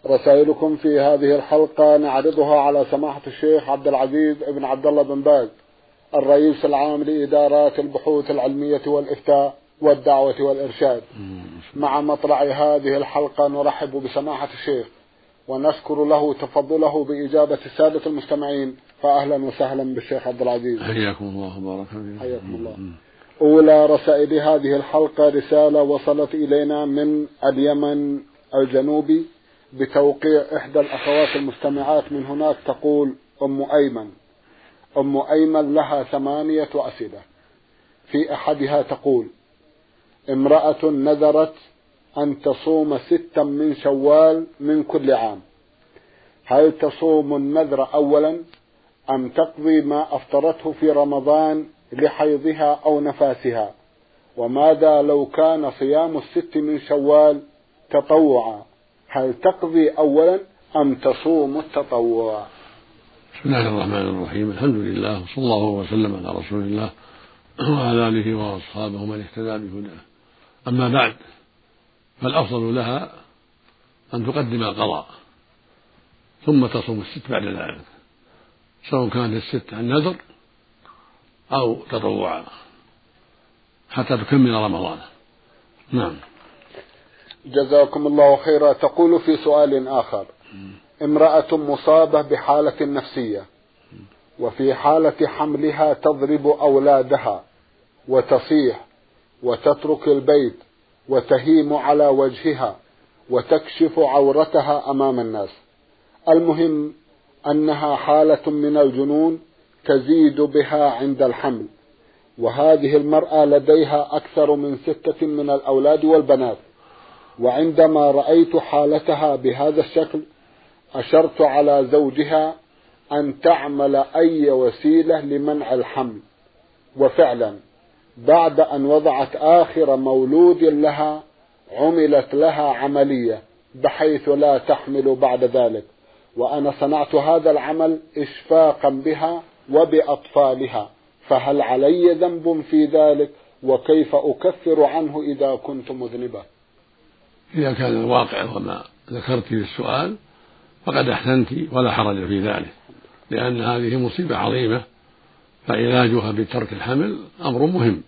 رسائلكم في هذه الحلقة نعرضها على سماحة الشيخ عبد العزيز بن عبد الله بن باز الرئيس العام لإدارات البحوث العلمية والإفتاء والدعوة والإرشاد. مع مطلع هذه الحلقة نرحب بسماحة الشيخ ونشكر له تفضله بإجابة السادة المستمعين، فأهلا وسهلا بالشيخ عبد العزيز. حياكم الله وبارك فيكم. حياكم الله. أولى رسائل هذه الحلقة رسالة وصلت إلينا من اليمن الجنوبي بتوقيع إحدى الأخوات المستمعات من هناك، تقول أم أيمن لها 8 أسئلة. في أحدها تقول: امرأة نذرت أن تصوم 6 من شوال من كل عام، هل تصوم النذر أولا أم تقضي ما أفطرته في رمضان لحيضها أو نفاسها؟ وماذا لو كان صيام 6 من شوال تطوعا، هل تقضي أولا أم تصوم التطوع؟ بسم الله الرحمن الرحيم، الحمد لله وصلى الله وسلم على رسول الله وعلى آله وأصحابه من اهتدى بهداه. أما بعد، فالأفضل لها أن تقدم القضاء ثم تصوم 6 بعد ذلك، سواء كانت 6 عن نذر أو تطوعا حتى تكمل رمضان. نعم. جزاكم الله خيرا. تقول في سؤال آخر: امرأة مصابة بحالة نفسية وفي حالة حملها تضرب أولادها وتصيح وتترك البيت وتهيم على وجهها وتكشف عورتها أمام الناس. المهم أنها حالة من الجنون تزيد بها عند الحمل، وهذه المرأة لديها أكثر من 6 من الأولاد والبنات، وعندما رأيت حالتها بهذا الشكل أشرت على زوجها أن تعمل أي وسيلة لمنع الحمل، وفعلا بعد أن وضعت آخر مولود لها عملت لها عملية بحيث لا تحمل بعد ذلك، وأنا صنعت هذا العمل إشفاقا بها وبأطفالها، فهل علي ذنب في ذلك؟ وكيف أكفر عنه إذا كنت مذنبة؟ إذا كان الواقع وما ذكرت في السؤال فقد أحسنت ولا حرج في ذلك، لأن هذه مصيبة عظيمة، فعلاجها بترك الحمل أمر مهم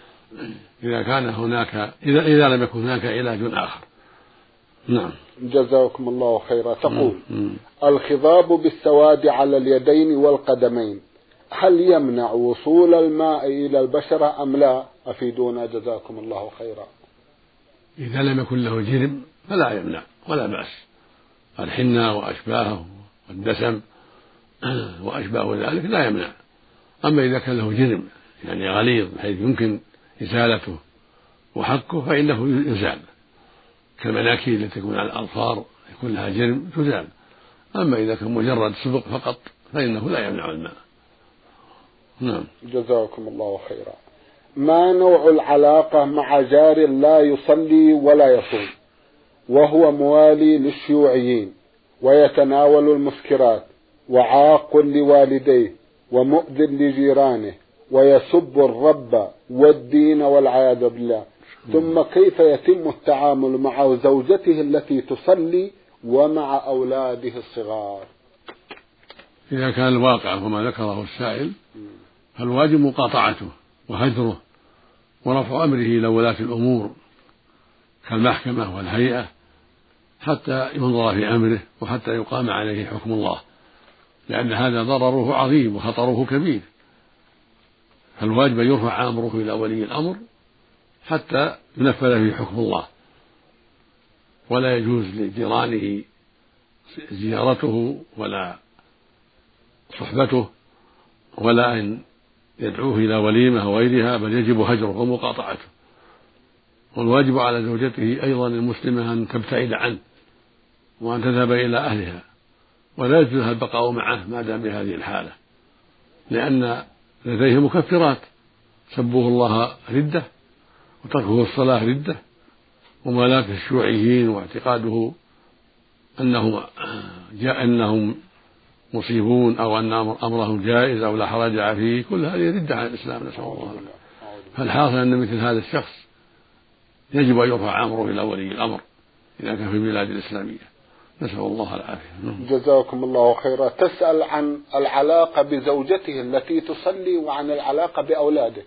إذا لم يكن هناك علاج آخر. نعم. جزاكم الله خيرا. تقول: الخضاب بالسواد على اليدين والقدمين هل يمنع وصول الماء إلى البشرة أم لا؟ أفيدونا جزاكم الله خيرا. إذا لم يكن له جرم فلا يمنع ولا بأس، الحنة وأشباهه والدسم وأشباه ذلك لا يمنع. أما إذا كان له جرم يعني غليظ بحيث يمكن إزالته وحكه فإنه يزال، كالمناكير التي تكون على الأظفار يكون لها جرم تزال. أما إذا كان مجرد سبق فقط فإنه لا يمنع الماء. نعم. جزاكم الله خيرا. ما نوع العلاقة مع جار لا يصلي ولا يصوم وهو موالي للشيوعيين ويتناول المسكرات وعاق لوالديه ومؤذ لجيرانه ويسب الرب والدين والعياذ بالله، ثم كيف يتم التعامل مع زوجته التي تصلي ومع أولاده الصغار؟ إذا كان الواقع وما ذكره السائل فالواجب مقاطعته وهجره ورفع أمره إلى ولاة الأمور كالمحكمة والهيئة حتى ينظر في أمره وحتى يقام عليه حكم الله، لأن هذا ضرره عظيم وخطره كبير، فالواجب أن يرفع أمره إلى ولي الأمر حتى ينفذ فيه حكم الله، ولا يجوز لجيرانه زيارته ولا صحبته ولا أن يدعوه إلى وليمة وغيرها، بل يجب هجره ومقاطعته. والواجب على زوجته أيضا المسلمة أن تبتعد عنه وأن تذهب إلى أهلها، ولا يجوز لها البقاء معه ما دام بهذه الحالة، لأن لديه مكفرات: سبه الله ردة، وتركه الصلاة ردة، وموالاة الشيوعيين واعتقاده أنهم مصيبون أو أن أمرهم جائز أو لا حرج فيه، كل هذه ردة عن الإسلام، نسأل الله العافية. فالحاصل أن مثل هذا الشخص يجب أن يرفع أمره إلى ولي الأمر إذا كان في البلاد الإسلامية، نسأل الله العافية. جزاكم الله خيرا. تسأل عن العلاقة بزوجته التي تصلي وعن العلاقة بأولاده.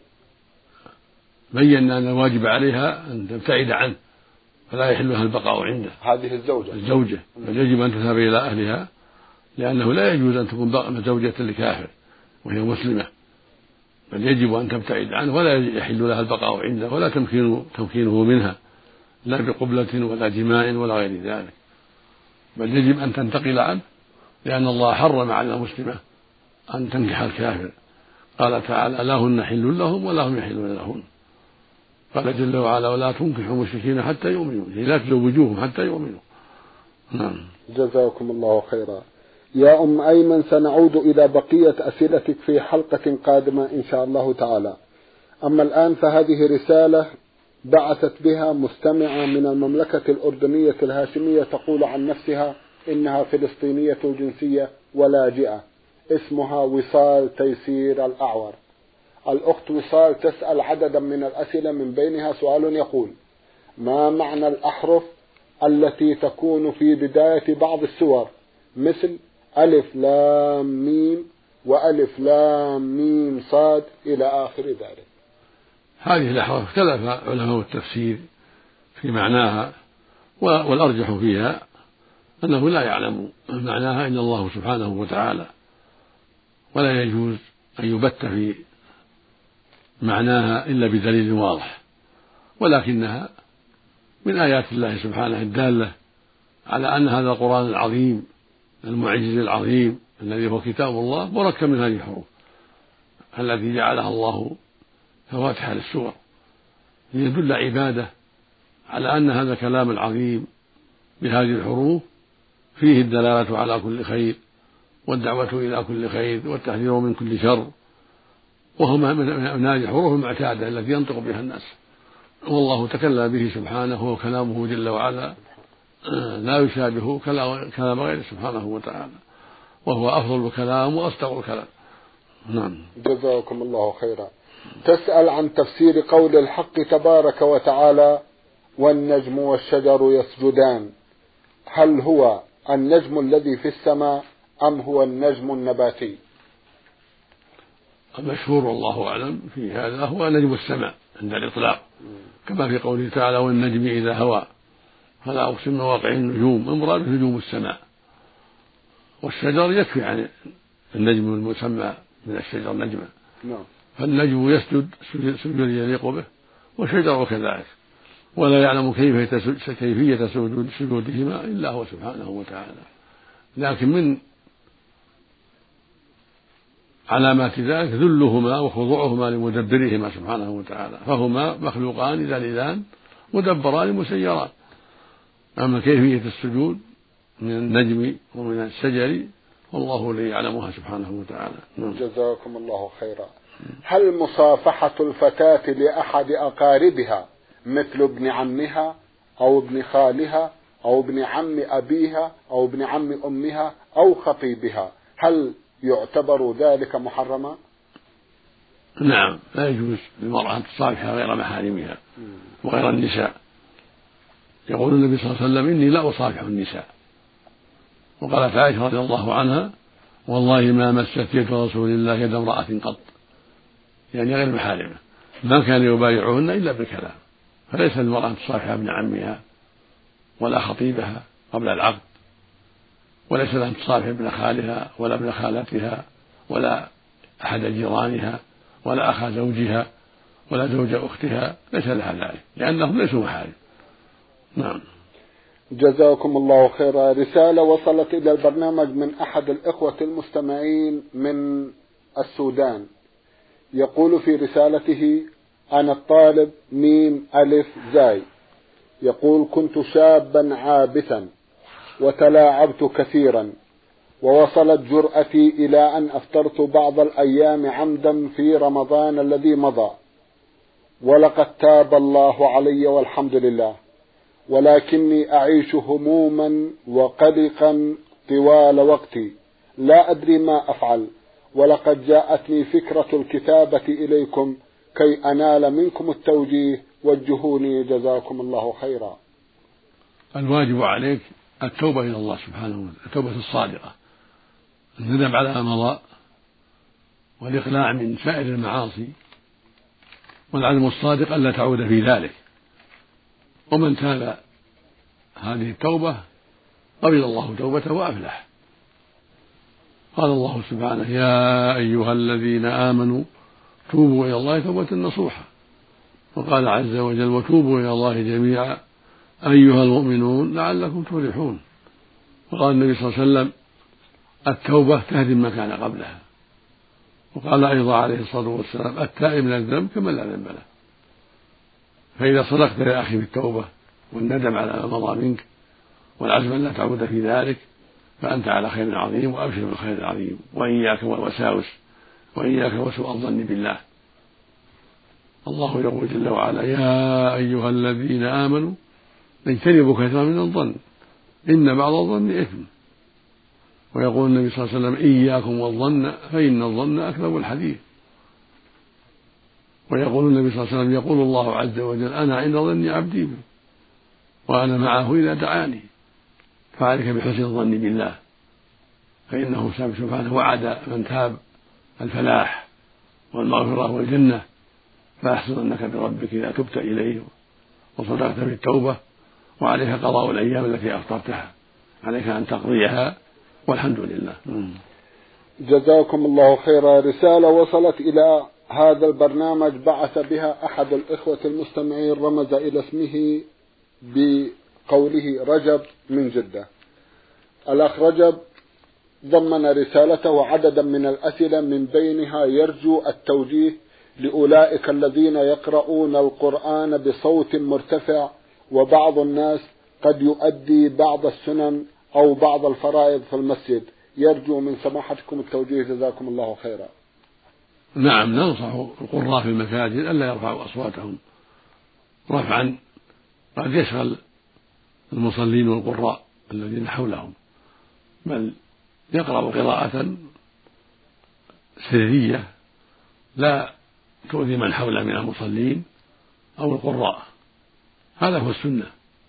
بين أن الواجب عليها أن تبتعد عنه فلا يحل لها البقاء عنده. هذه الزوجة بل يجب أن تذهب إلى أهلها، لأنه لا يجوز أن تكون زوجة لكافر وهي مسلمة، بل يجب أن تبتعد عنه ولا يحل لها البقاء عنده ولا تمكينه منها، لا بقبلة ولا جماع ولا غير ذلك، بل يجب أن تنتقل عنه، لأن الله حرم على المسلمة أن تنكح الكافر. قال تعالى: لا هن حل لهم ولا هم يحلون لهن. قال جل وعلا: ولا تنكحوا المشركين حتى يؤمنوا، لا تزوجوهم حتى يؤمنوا. نعم. جزاكم الله خيرا. يا أم أيمن، سنعود إلى بقية أسئلتك في حلقة قادمة إن شاء الله تعالى. أما الآن فهذه رسالة بعثت بها مستمعة من المملكة الأردنية الهاشمية، تقول عن نفسها إنها فلسطينية الجنسية ولاجئة، اسمها وصال تيسير الأعور. الأخت وصال تسأل عددا من الأسئلة، من بينها سؤال يقول: ما معنى الأحرف التي تكون في بداية بعض السور مثل ألف لام ميم وألف لام ميم صاد إلى آخر ذلك؟ هذه الأحرف اختلف علماء التفسير في معناها، والأرجح فيها أنه لا يعلم معناها إلا الله سبحانه وتعالى، ولا يجوز أن يبت في معناها إلا بدليل واضح، ولكنها من آيات الله سبحانه الدالة على أن هذا القرآن العظيم المعجز العظيم الذي هو كتاب الله مركب من هذه الحروف التي جعلها الله فواتح للسور، ليدل عباده على أن هذا الكلام العظيم بهذه الحروف فيه الدلالة على كل خير والدعوة إلى كل خير والتحذير من كل شر، وهما من هذه الحروف المعتادة التي ينطق بها الناس، والله تكلم به سبحانه وكلامه جل وعلا لا يشابه كلام غيره سبحانه وتعالى، وهو أفضل الكلام وأصدق الكلام. نعم. جزاكم الله خيرا. تسأل عن تفسير قول الحق تبارك وتعالى: والنجم والشجر يسجدان، هل هو النجم الذي في السماء أم هو النجم النباتي؟ المشهور والله أعلم في هذا هو نجم السماء عند الإطلاق، كما في قوله تعالى: والنجم إذا هوى، فلا أقسم بمواقع النجوم، المراد نجوم السماء. والشجر يكفي عن النجم المسمى من الشجر نجما، فالنجم يسجد سجود يليق به، والشجر كذلك، ولا يعلم كيفية سجودهما إلا هو سبحانه وتعالى، لكن من علامات ذلك ذلهما وخضوعهما لمدبرهما سبحانه وتعالى، فهما مخلوقان ذليلان مدبران مسيران. أما كيفية السجود من النجم ومن الشجر والله الذي يعلمها سبحانه وتعالى. جزاكم الله خيرا. هل مصافحة الفتاة لأحد أقاربها مثل ابن عمها أو ابن خالها أو ابن عم أبيها أو ابن عم أمها أو خطيبها، هل يعتبر ذلك محرما؟ نعم، لا يجوز للمرأة أن تصافح غير محارمها وغير النساء. يقول النبي صلى الله عليه وسلم: إني لا أصافح النساء. وقالت عائشة رضي الله عنها: والله ما مست يد رسول الله يد امرأة قط، يعني غير محارمة، ما كان يبايعهن إلا بالكلام، فليس للمرأة أن تصافح ابن عمها ولا خطيبها قبل العقد، وليس لها أن تصافح ابن خالها ولا ابن خالتها ولا أحد جيرانها ولا أخا زوجها ولا زوج أختها، ليس لها ذلك لأنهم ليسوا محارم. نعم. جزاكم الله خيرا. رسالة وصلت إلى البرنامج من أحد الإخوة المستمعين من السودان، يقول في رسالته: أنا الطالب ميم ألف زاي، يقول: كنت شابا عابثا وتلاعبت كثيرا، ووصلت جرأتي إلى أن أفطرت بعض الأيام عمدا في رمضان الذي مضى، ولقد تاب الله علي والحمد لله، ولكني أعيش هموما وقلقا طوال وقتي، لا أدري ما أفعل، ولقد جاءتني فكرة الكتابة إليكم كي أنال منكم التوجيه، وجهوني جزاكم الله خيرا. الواجب عليك التوبة إلى الله سبحانه وتعالى، التوبة الصادقة، الندم على ما مضى، والإقلاع من سائر المعاصي، والعزم الصادق ألا تعود في ذلك. ومن تاب هذه التوبة قبل الله توبته وأفلح. قال الله سبحانه: يا أيها الذين آمنوا توبوا إلى الله توبة نصوحا. وقال عز وجل: وتوبوا إلى الله جميعا أيها المؤمنون لعلكم تفلحون. وقال النبي صلى الله عليه وسلم: التوبة تهدم ما كان قبلها. وقال أيضا عليه الصلاة والسلام: التائب من الذنب كمن لا ذنب له. فإذا صدقت يا أخي بالتوبة والندم على ما مضى منك والعزم أن لا تعود في ذلك فأنت على خير عظيم، وأبشر بالخير العظيم. وإياك والوساوس، وإياك وسوء الظن بالله. الله يقول جل وعلا: يا أيها الذين آمنوا اجتنبوا كثيرا من الظن إن بعض الظن إثم. ويقول النبي صلى الله عليه وسلم: إياكم والظن فإن الظن أكذب الحديث. ويقول النبي صلى الله عليه وسلم: يقول الله عز وجل: أنا عند ظن عبدي بي وأنا معه إذا دعاني. فعليك بحسن الظن بالله، فإنه سبحانه وعد من تاب الفلاح والمغفرة والجنة. فأحسن ظنك بربك إذا تبت إليه وصدقت في التوبة، وعليك قضاء الأيام التي أفطرتها، عليك أن تقضيها، والحمد لله. جزاكم الله خيرا. رسالة وصلت إلى هذا البرنامج بعث بها أحد الإخوة المستمعين، رمز إلى اسمه بقوله رجب من جدة. الأخ رجب ضمن رسالته عددا من الأسئلة، من بينها يرجو التوجيه لأولئك الذين يقرؤون القرآن بصوت مرتفع، وبعض الناس قد يؤدي بعض السنن أو بعض الفرائض في المسجد. يرجو من سماحتكم التوجيه جزاكم الله خيرا. نعم، ننصح القراء في المساجد ألا يرفعوا أصواتهم رفعا قد يشغل المصلين والقراء الذين حولهم، بل يقرأ قراءة سرية لا تؤذي من حوله من المصلين أو القراء. هذا هو السنة.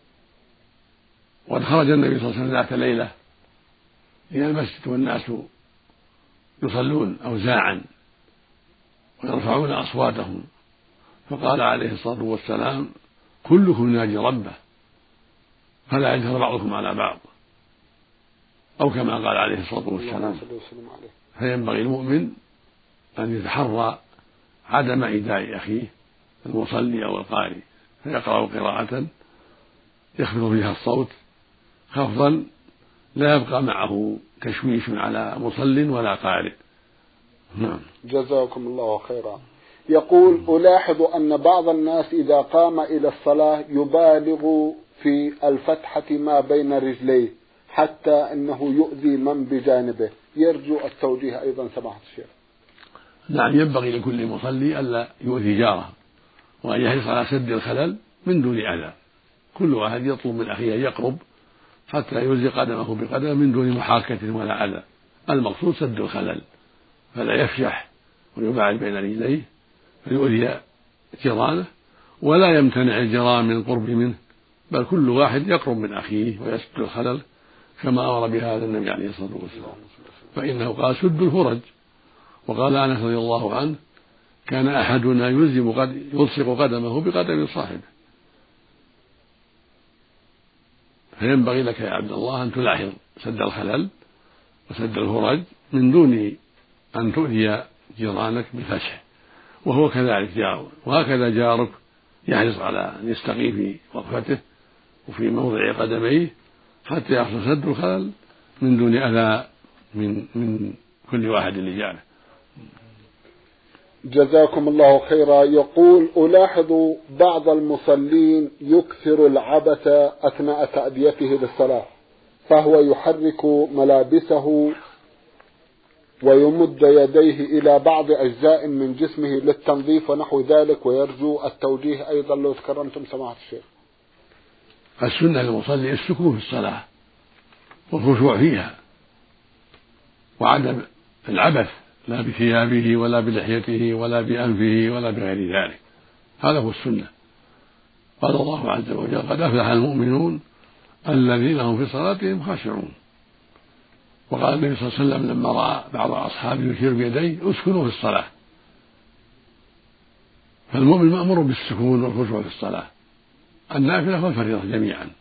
وقد خرج النبي صلى الله عليه وسلم ذات ليلة إلى المسجد والناس يصلون أوزاعا ويرفعون أصواتهم، فقال عليه الصلاة والسلام: كلكم يناجي ربه فلا يجهر بعضكم على بعض، أو كما قال عليه الصلاة والسلام. فينبغي المؤمن أن يتحرى عدم إيذاء أخيه المصلي أو القارئ، فيقرأ قراءة يخفض فيها الصوت خفضا لا يبقى معه تشويش على مصل ولا قارئ. نعم. جزاكم الله خيرا. يقول: ألاحظ أن بعض الناس إذا قام إلى الصلاة يبالغ في الفتحة ما بين رجليه حتى أنه يؤذي من بجانبه. يرجو التوجيه أيضا سماحة الشيخ. نعم، ينبغي لكل مصلي ألا يؤذي جاره، وأن يحرص على سد الخلل من دون أذى. كل واحد يطلب من أخيه أن يقرب حتى يلزق قدمه بقدمه من دون محاكة ولا أذى. المقصود سد الخلل، فلا يفشح ويباعد بين رجليه فيؤذي جيرانه، ولا يمتنع الجيران من القرب منه، بل كل واحد يقرب من أخيه ويسد الخلل كما أمر بهذا النبي عليه الصلاة والسلام. فإنه قال: سد الفرج. وقال أنس رضي الله عنه: كان أحدنا يلصق قدمه بقدم صاحبه. فينبغي لك يا عبد الله أن تلاحظ سد الخلل وسد الفرج من دون أن تؤذي جيرانك بالفشح، وهو كذلك جار، وهكذا جارك يحرص على أن يستقي في وقفته وفي موضع قدميه حتى يحصل سد الخلل من دون أذى من كل واحد لجاره. جزاكم الله خيرا. يقول: ألاحظ بعض المصلين يكثر العبث أثناء تأديته للصلاة، فهو يحرك ملابسه ويمد يديه إلى بعض أجزاء من جسمه للتنظيف ونحو ذلك، ويرجو التوجيه أيضا لو تكرمتم سماحة الشيخ. السنة للمصلي السكون في الصلاة والخشوع فيها، وعدم العبث لا بثيابه ولا بلحيته ولا بأنفه ولا بغير ذلك. هذا هو السنة. قال الله عز وجل: قد أفلح المؤمنون الذين هم في صلاتهم خاشعون. وقال النبي صلى الله عليه وسلم لما رأى بعض أصحابه يشير بيديه اسكنوا في الصلاة. فالمؤمن مأمور بالسكون والخشوع في الصلاة، النافلة والفريضة جميعا،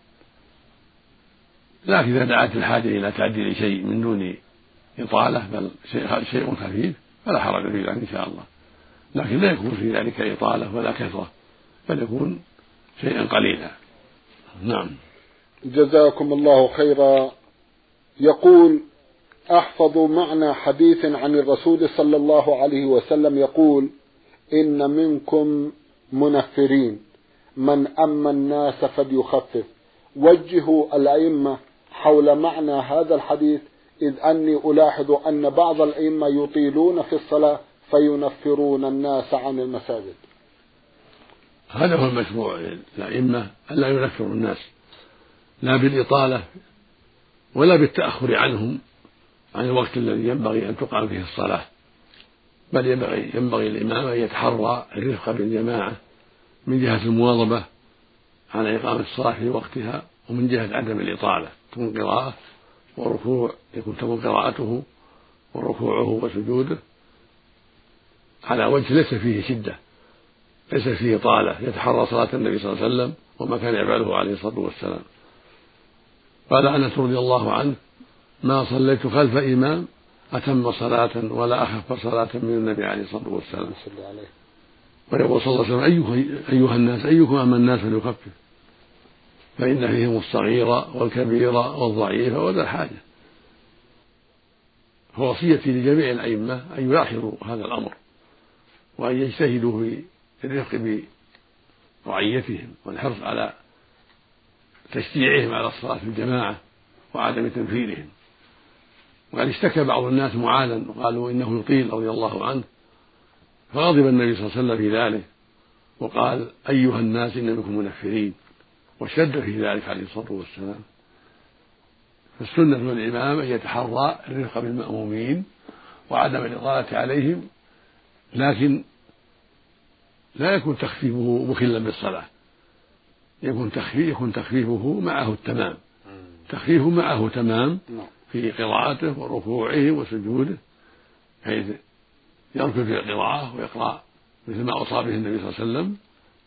لكن إذا دعت الحاجة إلى تعديل شيء من دون إطالة بل شيء خفيف فلا حرج في ذلك إن شاء الله، لكن لا يكون في ذلك إطالة ولا كثرة، بل يكون شيئا قليلا. نعم. جزاكم الله خيرا. يقول: أحفظ معنى حديث عن الرسول صلى الله عليه وسلم يقول: إن منكم منفرين من أما الناس فليخفف. وجهوا الأئمة حول معنى هذا الحديث، إذ أني ألاحظ أن بعض الأئمة يطيلون في الصلاة فينفرون الناس عن المساجد. هذا هو المشروع للأئمة، ألا ينفروا الناس لا بالإطالة ولا بالتأخر عنهم عن الوقت الذي ينبغي أن تقام فيه الصلاة، بل ينبغي الإمام أن يتحرى الرفق بالجماعة من جهة المواظبة على إقامة الصلاة في وقتها، ومن جهة عدم الإطالة، تكون قراءة وركوع، تكون قراءته وركوعه وسجوده على وجه ليس فيه شدة، ليس فيه طالة، يتحرى صلاة النبي صلى الله عليه وسلم وما كان يفعله عليه الصلاة والسلام. قال أنس رضي الله عنه: ما صليت خلف إمام أتم صلاة ولا أخف صلاة من النبي عليه الصلاة والسلام. ويقول صلى الله عليه وسلم: أيها الناس أيكم أما الناس فليخفف، فإن فيهم الصغير والكبير والضعيف وذا الحاجة. فوصيتي لجميع الأئمة أن يلاحظوا هذا الأمر، وأن يجتهدوا في الرفق برعيتهم والحرص على تشجيعهم على الصلاة في الجماعة وعدم تنفيرهم. وقد اشتكى بعض الناس معاذا وقالوا إنه يطيل رضي الله عنه، فغضب النبي صلى الله عليه وسلم في ذلك وقال: أيها الناس إن منكم منفرين، وشد في ذلك عليه الصلاة والسلام. فالسنة للإمام أن يتحرى الرفق بالمأمومين وعدم الإطالة عليهم، لكن لا يكون تخفيفه مخلا بالصلاة، يكون تخفيفه معه التمام، تخفيفه معه تمام في قراءته وركوعه وسجوده، حيث يركض في القراءة ويقرأ مثل ما أوصى به النبي صلى الله عليه وسلم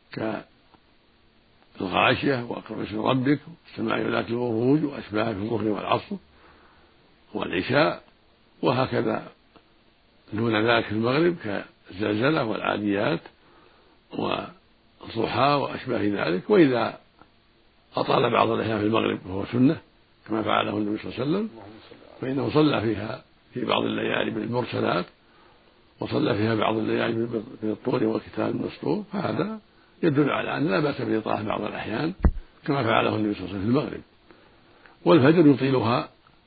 كالغاشية وأقرأ باسم ربك والسماء ذات البروج وأشباه في الظهر والعصر والعشاء، وهكذا دون ذلك في المغرب كالزلزلة والعاديات والضحى وأشباه ذلك. وإذا أطال بعض الأحيان في المغرب فهو سنة كما فعله النبي صلى الله عليه وسلم، فإنه صلى فيها في بعض الليالي بالمرسلات، وصلى فيها بعض الليالي بالطور والكتاب المسطور، فهذا يدل على أن لا بأس بإطالة بعض الأحيان كما فعله النبي صلى الله عليه وسلم في المغرب. والفجر يطيلها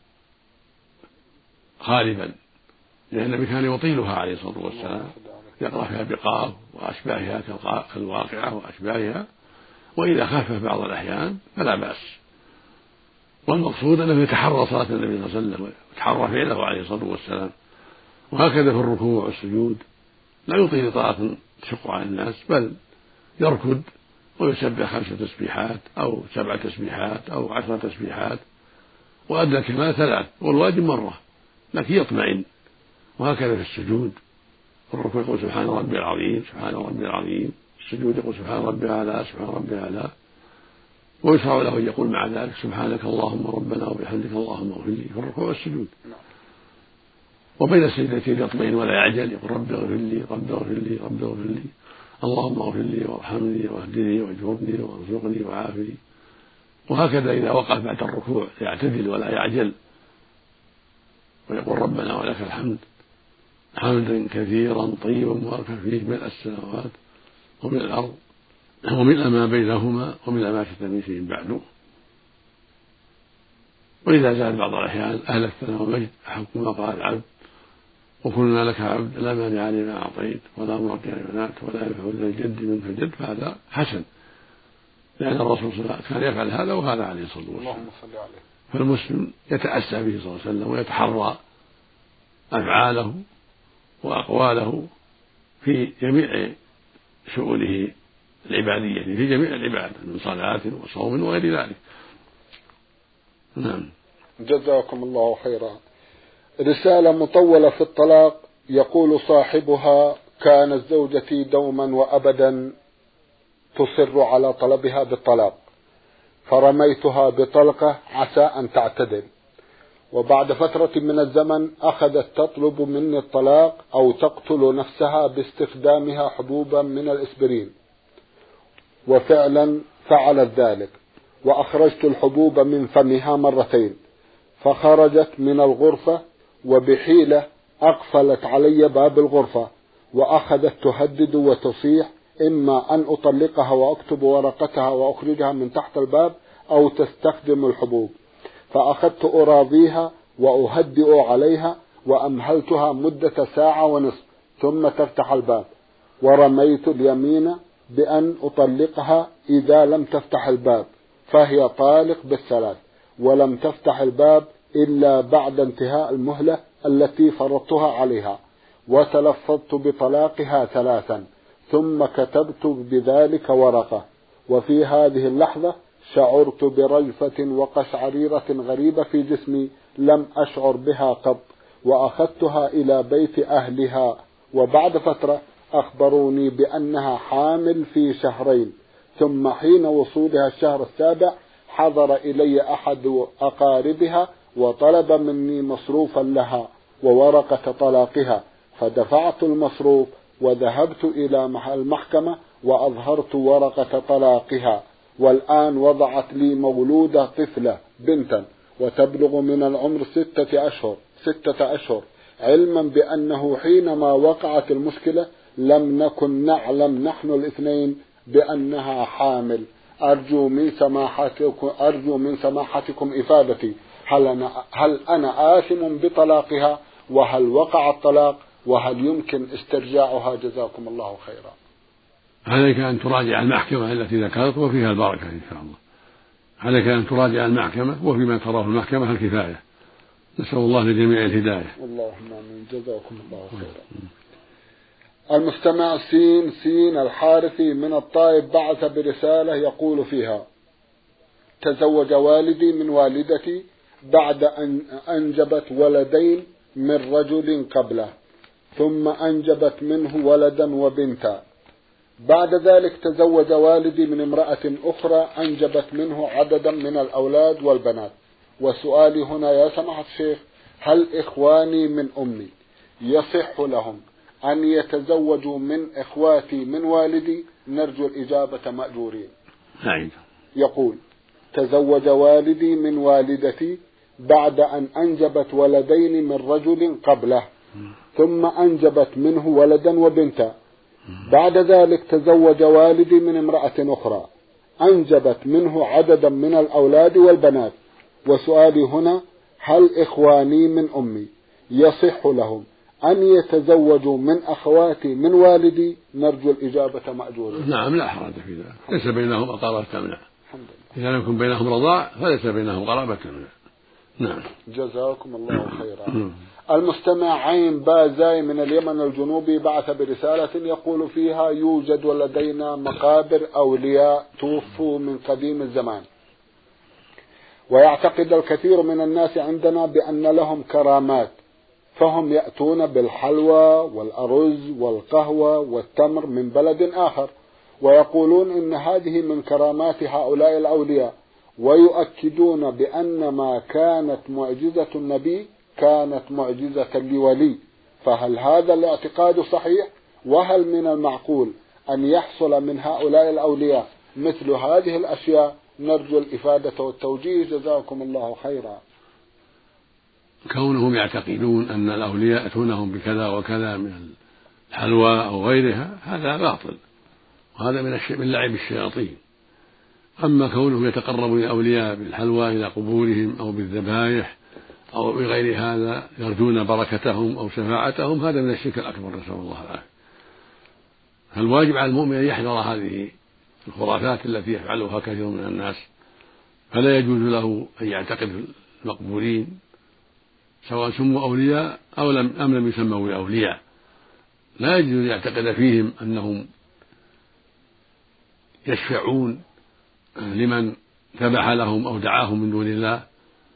غالبا، لأن النبي كان يطيلها عليه الصلاة والسلام، يقرأ فيها بقاف وأشباهها كالواقعة وأشباهها، وإذا خفف بعض الأحيان فلا بأس. والمقصود أنه يتحرى صلاة النبي صلى الله عليه وسلم ويتحرى فعله عليه الصلاة والسلام. وهكذا في الركوع والسجود لا يطيل إطالة تشق على الناس، بل يركض ويسبح 5 تسبيحات أو 7 تسبيحات أو 10 تسبيحات، وأدنى الكمال 3 والواجب مرة، لكن يطمئن. وهكذا في السجود، في الركوع يقول سبحان ربي العظيم سبحان ربي العظيم، السجود يقول سبحان ربي الأعلى سبحان ربي الأعلى، ويشرع له أن يقول مع ذلك سبحانك اللهم ربنا وبحمدك اللهم اغفر لي في الركوع والسجود. وبين السجدتين يطمئن ولا يعجل، يقول رب اغفر لي رب اغفر لي رب اغفر لي اللهم اغفر لي وارحمني واهدني واجبرني وارزقني وعافني. وهكذا إذا وقف بعد الركوع يعتدل ولا يعجل، ويقول ربنا ولك الحمد حمدا كثيرا طيبا مباركا فيه ملء السماوات وملء الأرض وملء ما بينهما وملء ما شئت من شيء بعد. وإذا زاد بعض الأحيان أهل الثناء والمجد أحق ما قال العبد وكلنا لك عبد لا مانع لما أعطيت ولا معطي لما منعت ولا ينفع ذا الجد منك الجد، فهذا حسن، لأن الرسول صلى الله عليه وسلم كان يفعل هذا وهذا عليه الصلاة والسلام. فالمسلم يتأسى به صلى الله عليه وسلم ويتحرى أفعاله وأقواله في جميع شؤونه العبادية، في جميع العبادة من صلاة وصوم وغير ذلك. نعم. جزاكم الله خيرا. رسالة مطولة في الطلاق، يقول صاحبها: كانت زوجتي دوما وأبدا تصر على طلبها بالطلاق، فرميتها بطلقة عسى أن تعتدل، وبعد فترة من الزمن أخذت تطلب مني الطلاق أو تقتل نفسها باستخدامها حبوبا من الإسبرين، وفعلا فعلت ذلك، وأخرجت الحبوب من فمها مرتين، فخرجت من الغرفة وبحيلة أقفلت علي باب الغرفة، وأخذت تهدد وتصيح إما أن أطلقها وأكتب ورقتها وأخرجها من تحت الباب أو تستخدم الحبوب. فأخذت أراضيها وأهدئ عليها، وأمهلتها مدة ساعة ونصف ثم تفتح الباب، ورميت اليمين بأن أطلقها إذا لم تفتح الباب، فهي طالق بالثلاث، ولم تفتح الباب إلا بعد انتهاء المهلة التي فرضتها عليها، وتلفظت بطلاقها 3 ثم كتبت بذلك ورقة. وفي هذه اللحظة شعرت برجفة وقشعريرة غريبة في جسمي لم أشعر بها قط، وأخذتها إلى بيت أهلها، وبعد فترة أخبروني بأنها حامل في 2 شهر. ثم حين وصولها الشهر السابع حضر إلي أحد أقاربها وطلب مني مصروفا لها وورقة طلاقها، فدفعت المصروف وذهبت إلى المحكمة وأظهرت ورقة طلاقها. والآن وضعت لي مولودة طفلة بنتا وتبلغ من العمر 6 أشهر، علما بأنه حينما وقعت المشكلة لم نكن نعلم نحن الاثنين بأنها حامل. أرجو من سماحتكم إفادتي، هل أنا آثم بطلاقها، وهل وقع الطلاق، وهل يمكن استرجاعها؟ جزاكم الله خيرا. عليك أن تراجع المحكمة التي ذكرت وفيها البركة إن شاء الله. عليك أن تراجع المحكمة، وفيما تراه المحكمة الكفاية. نسأل الله لجميع الهداية. اللهم آمين. جزاكم الله خيرا. المستمع سين الحارثي من الطائف بعث برسالة يقول فيها: تزوج والدي من والدتي بعد أن أنجبت ولدين من رجل قبله، ثم أنجبت منه ولدا وبنتا. بعد ذلك تزوج والدي من امرأة أخرى أنجبت منه عددا من الأولاد والبنات. وسؤالي هنا يا سماحة الشيخ: هل إخواني من أمي يصح لهم أن يتزوجوا من إخواتي من والدي؟ نرجو الإجابة مأجورين. يقول: تزوج والدي من والدتي بعد أن أنجبت ولدين من رجل قبله، ثم أنجبت منه ولدا وبنتا. بعد ذلك تزوج والدي من امرأة أخرى أنجبت منه عددا من الأولاد والبنات. وسؤالي هنا: هل إخواني من أمي يصح لهم أن يتزوجوا من أخواتي من والدي؟ نرجو الإجابة مأجورة. نعم، لا حرج في ذلك، ليس بينهم قرابة تمنع. إذا لم يكن بينهم رضاع فليس بينهم قرابة تمنع. نعم. جزاكم الله خيرا. المستمع عين بازاي من اليمن الجنوبي بعث برسالة يقول فيها: يوجد لدينا مقابر أولياء توفوا من قديم الزمان، ويعتقد الكثير من الناس عندنا بأن لهم كرامات، فهم يأتون بالحلوى والأرز والقهوة والتمر من بلد آخر، ويقولون إن هذه من كرامات هؤلاء الأولياء، ويؤكدون بأن ما كانت معجزة النبي كانت معجزة لولي. فهل هذا الاعتقاد صحيح؟ وهل من المعقول أن يحصل من هؤلاء الأولياء مثل هذه الأشياء؟ نرجو الإفادة والتوجيه. جزاكم الله خيرا. كونهم يعتقدون أن الأولياء يأتونهم بكذا وكذا من الحلوى أو غيرها هذا باطل، وهذا من لعب الشياطين. أما كونهم يتقربوا إلى الأولياء بالحلوى إلى قبورهم أو بالذبائح أو بغير هذا يرجون بركتهم أو شفاعتهم، هذا من الشرك الأكبر، نسأل الله العافية. فالواجب على المؤمن أن يحذر هذه الخرافات التي يفعلها كثير من الناس، فلا يجوز له أن يعتقد المقبورين سواء سموا أولياء أو لم يسموا أولياء. لا يجوز أن يعتقد فيهم أنهم يشفعون لمن ذبح لهم أو دعاهم من دون الله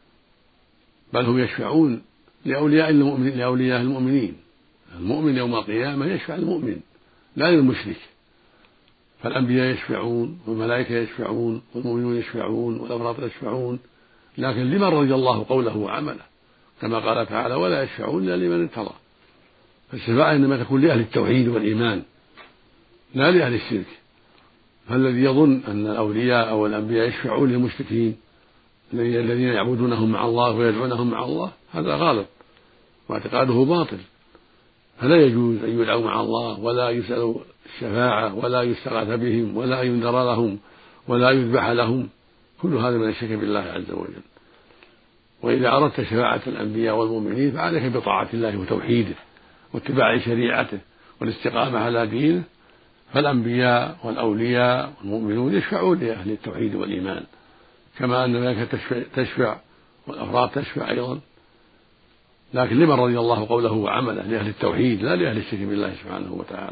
بل هم يشفعون لأولياء المؤمنين. المؤمن يوم القيامة يشفع المؤمن لا للمشرك. فالأنبياء يشفعون والملائكة يشفعون والمؤمنون يشفعون والأبرار يشفعون، لكن لمن رضي الله قوله وعمله، كما قال تعالى: ولا يشفعون إلا لمن ارتضى. فالشفاعة إنما تكون لأهل التوحيد والإيمان لا لأهل الشرك. فالذي يظن أن الأولياء أو الأنبياء يشفعون للمشركين الذين يعبدونهم مع الله ويدعونهم مع الله، هذا غلط واعتقاده باطل. فلا يجوز أن يدعوا مع الله ولا يسألوا الشفاعة ولا يستغاث بهم ولا ينذر لهم ولا يذبح لهم، كل هذا من الشرك بالله عز وجل. وإذا أردت شفاعة الأنبياء والمؤمنين فعليك بطاعة الله وتوحيده واتباع شريعته والاستقامة على دينه. فالأنبياء والأولياء والمؤمنون يشفعون لأهل التوحيد والإيمان، كما أن الملائكة تشفع والأفراد تشفع أيضا، لكن لمن رضي الله قوله وعمله، لأهل التوحيد لا لأهل الشرك بالله سبحانه وتعالى.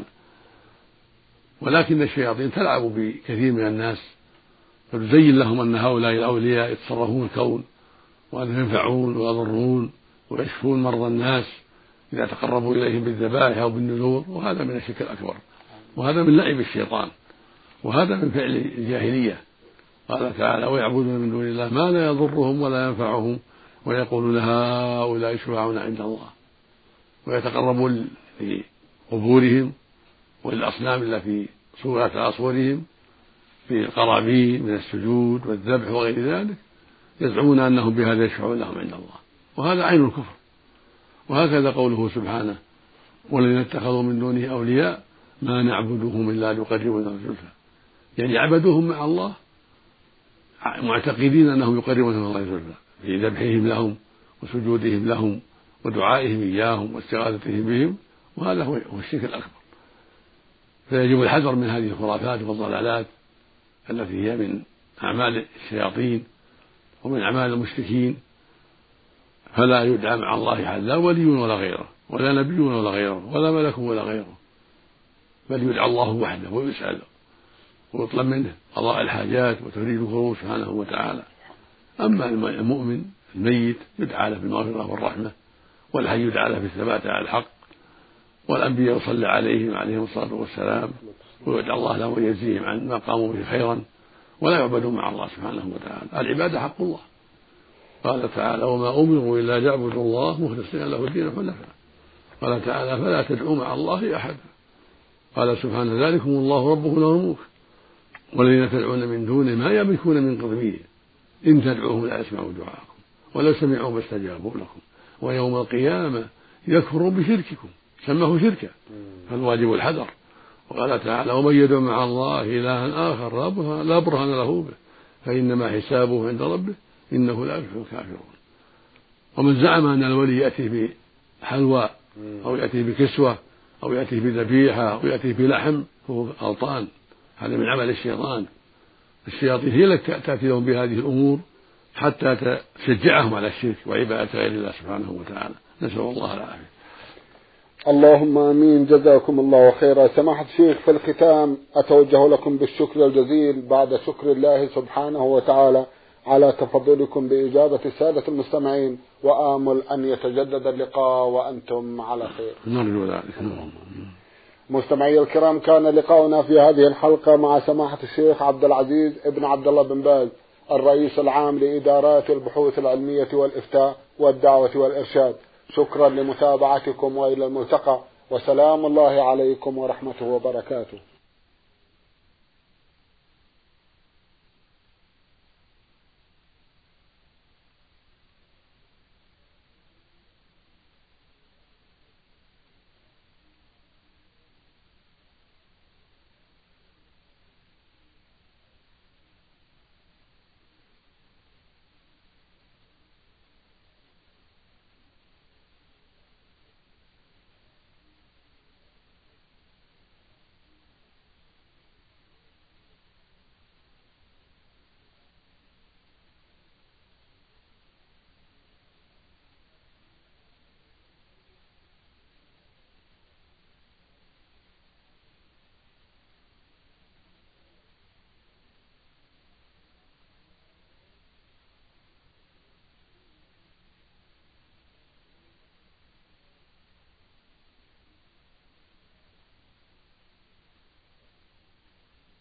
ولكن الشياطين تلعب بكثير من الناس فتزين لهم أن هؤلاء الأولياء يتصرفون الكون وأن ينفعون ويضرون ويشفون مرضى الناس إذا تقربوا إليهم بالذبائح أو بالنذور، وهذا من الشرك الأكبر، وهذا من لعب الشيطان، وهذا من فعل الجاهلية. قال تعالى: ويعبدون من دون الله ما لا يضرهم ولا ينفعهم ويقولون هؤلاء شفعاؤنا عند الله، ويتقربون لقبورهم وللأصنام التي صورت على صورهم في القرابين من السجود والذبح وغير ذلك، يزعمون أنهم بهذا يشفعون لهم عند الله، وهذا عين الكفر. وهكذا قوله سبحانه: والذين اتخذوا من دونه أولياء ما نعبدهم إلا ليقربونا زلفى، يعني عبدوهم مع الله معتقدين أنهم يقربون من الله زلفى في ذبحهم لهم وسجودهم لهم ودعائهم إياهم واستغاثتهم بهم، وهذا هو الشرك الأكبر. فيجب الحذر من هذه الخرافات والضلالات التي هي من أعمال الشياطين ومن أعمال المشركين. فلا يدعى مع الله أحد، لا ولي ولا غيره ولا نبي ولا غيره ولا ملك ولا غيره، بل يدعى الله وحده ويسأل ويطلب منه قضاء الحاجات وتفريج الكروب سبحانه وتعالى. أما المؤمن الميت يدعى له بالمغفرة والرحمة، والحي يدعى له بالثبات على الحق، والأنبياء يصلى عليهم الصلاة والسلام ويدعى الله لهم ويجزيهم عن ما قاموا به خيرا، ولا يعبدون مع الله سبحانه وتعالى. العبادة حق الله. قال تعالى: وما أمروا إلا ليعبدوا الله مخلصين له الدين حنفاء. قال تعالى: فلا تدعوا مع الله أحدا. قال سبحانه: ذلكم الله ربكم له الملك والذين تدعون من دونه ما يملكون من قطمير إن تدعوهم لا يسمعوا دعاءكم ولو سمعوا ما استجابوا لكم ويوم القيامة يكفرون بشرككم. سماه شركا، فالواجب الحذر. وقال تعالى: ومن يدعو مع الله إلها آخر لا برهان له به فإنما حسابه عند ربه إنه لا يفلح الكافرون. ومن زعم أن الولي يأتي بحلوى أو يأتي بكسوة أو يأتي بذبيحة أو يأتي بلحم فهو غلطان، هذا من عمل الشيطان. الشياطين هي التي تأتي لهم بهذه الأمور حتى تشجعهم على الشرك وعبادة غير الله سبحانه وتعالى. نسأل الله العافية. اللهم آمين. جزاكم الله خيرا. سماحة الشيخ، في الختام أتوجه لكم بالشكر الجزيل بعد شكر الله سبحانه وتعالى على تفضلكم بإجابة السادة المستمعين، وآمل أن يتجدد اللقاء وأنتم على خير. نرجو ذلك. مستمعي الكرام، كان لقاؤنا في هذه الحلقة مع سماحة الشيخ عبد العزيز ابن عبد الله بن باز، الرئيس العام لإدارات البحوث العلمية والإفتاء والدعوة والإرشاد. شكرا لمتابعتكم وإلى الملتقى، وسلام الله عليكم ورحمته وبركاته.